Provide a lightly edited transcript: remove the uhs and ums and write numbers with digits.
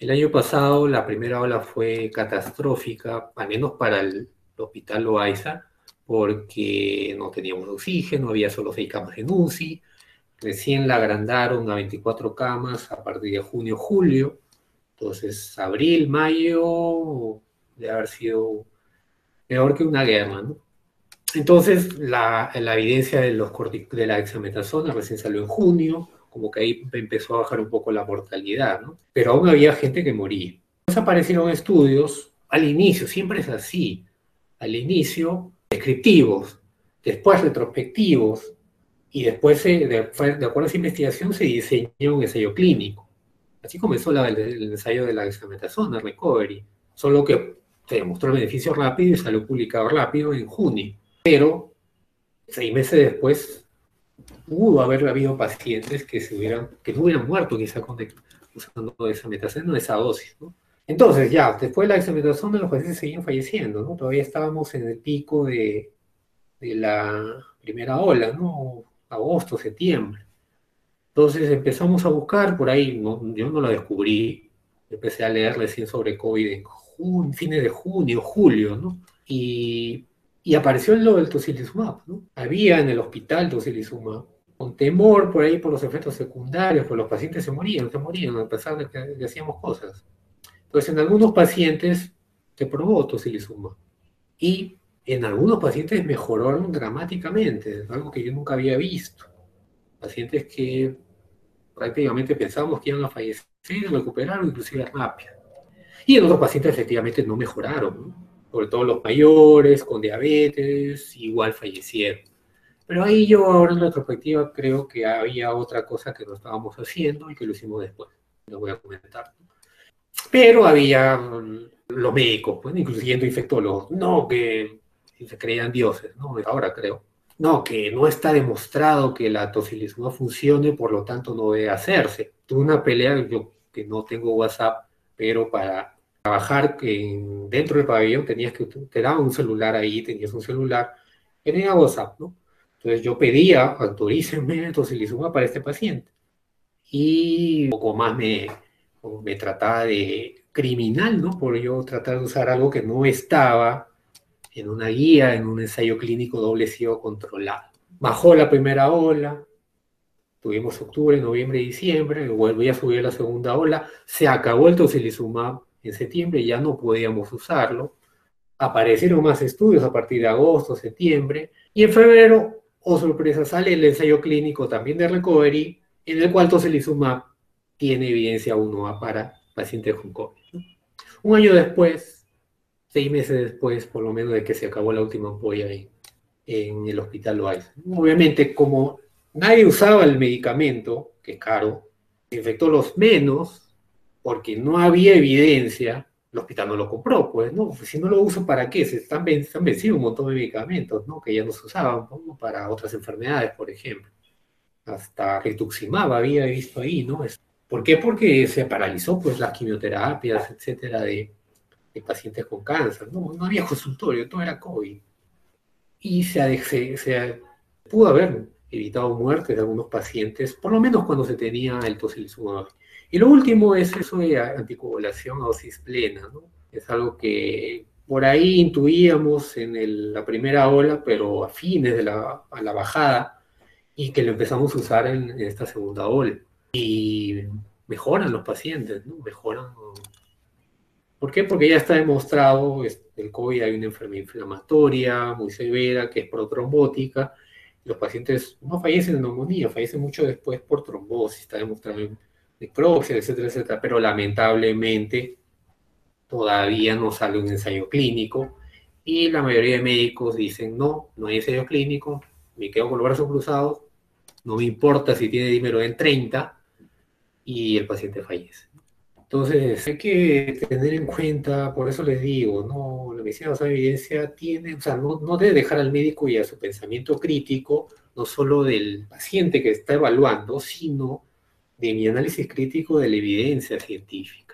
El año pasado la primera ola fue catastrófica, al menos para el Hospital Loaiza, porque no teníamos oxígeno, había solo 6 camas en UCI, recién la agrandaron a 24 camas a partir de junio, julio, entonces abril, mayo, debe haber sido peor que una guerra, ¿no? Entonces, la evidencia de la dexametasona recién salió en junio, como que ahí empezó a bajar un poco la mortalidad, ¿no? Pero aún había gente que moría. Después aparecieron estudios, al inicio, siempre es así, al inicio descriptivos, después retrospectivos, y después, de acuerdo a esa investigación, se diseñó un ensayo clínico. Así comenzó el ensayo de la dexametasona, Recovery, solo que se demostró el beneficio rápido y salió publicado rápido en junio. Pero 6 meses después pudo haber habido pacientes que no hubieran muerto quizá usando dexametasona en esa dosis, ¿no? Entonces ya, después de la dexametasona los pacientes seguían falleciendo, ¿no? Todavía estábamos en el pico de la primera ola, ¿no? Agosto, septiembre. Entonces empezamos a buscar por ahí, ¿no? Yo no lo descubrí, empecé a leer recién sobre COVID en fines de junio, julio, ¿no? Y apareció lo del tocilizumab, ¿no? Había en el hospital tocilizumab, con temor por ahí por los efectos secundarios, pues los pacientes se morían a pesar de que hacíamos cosas. Entonces en algunos pacientes se probó tocilizumab y en algunos pacientes mejoraron dramáticamente, algo que yo nunca había visto. Pacientes que prácticamente pensábamos que iban a fallecer, recuperaron inclusive rápido. Y en otros pacientes efectivamente no mejoraron, ¿no? Sobre todo los mayores, con diabetes, igual fallecieron. Pero ahí yo ahora en retrospectiva creo que había otra cosa que no estábamos haciendo y que lo hicimos después. Lo voy a comentar. Pero había los médicos, pues, incluyendo infectólogos, no que se creían dioses, ¿no? Ahora creo. No, que no está demostrado que la tocilizumab funcione, por lo tanto no debe hacerse. Tuve una pelea, yo que no tengo WhatsApp, pero para trabajar dentro del pabellón te daban un celular ahí, tenías un celular, que tenía WhatsApp, ¿no? Entonces yo pedía, autorícenme tocilizumab para este paciente. Y un poco más me trataba de criminal, ¿no? Por yo tratar de usar algo que no estaba en una guía, en un ensayo clínico doble ciego controlado. Bajó la primera ola, tuvimos octubre, noviembre y diciembre, volví a subir la segunda ola, se acabó el tocilizumab en septiembre, ya no podíamos usarlo, aparecieron más estudios a partir de agosto, septiembre, y en febrero, oh sorpresa, sale el ensayo clínico también de Recovery, en el cual tocilizumab tiene evidencia 1A para pacientes con COVID, ¿no? Un año después, 6 meses después, por lo menos de que se acabó la última ampolla en el hospital Loaiza. Obviamente, como nadie usaba el medicamento, que es caro, se infectó los menos, porque no había evidencia, el hospital no lo compró, pues, ¿no? Si no lo uso, ¿para qué? Están vencidos un montón de medicamentos, ¿no? Que ya no se usaban, ¿no? Para otras enfermedades, por ejemplo. Hasta rituximab había visto ahí, ¿no? ¿Por qué? Porque se paralizó, pues, las quimioterapias, etcétera, de pacientes con cáncer, ¿no? No había consultorio, todo era COVID. Y se pudo haber evitado muertes de algunos pacientes, por lo menos cuando se tenía el tocilizumab. Y lo último es eso de anticoagulación a dosis plena, ¿no? Es algo que por ahí intuíamos en la primera ola, pero a fines a la bajada, y que lo empezamos a usar en esta segunda ola. Y mejoran los pacientes, ¿no? Mejoran. ¿Por qué? Porque ya está demostrado, el COVID hay una enfermedad inflamatoria muy severa que es protrombótica. Los pacientes no fallecen de neumonía, fallecen mucho después por trombosis, está demostrado en necropsia, etcétera, etcétera. Pero lamentablemente todavía no sale un ensayo clínico y la mayoría de médicos dicen no, no hay ensayo clínico, me quedo con los brazos cruzados, no me importa si tiene dímero en 30 y el paciente fallece. Entonces, hay que tener en cuenta, por eso les digo, no, la medicina basada en evidencia tiene, o sea, no debe dejar al médico y a su pensamiento crítico, no solo del paciente que está evaluando, sino de mi análisis crítico de la evidencia científica.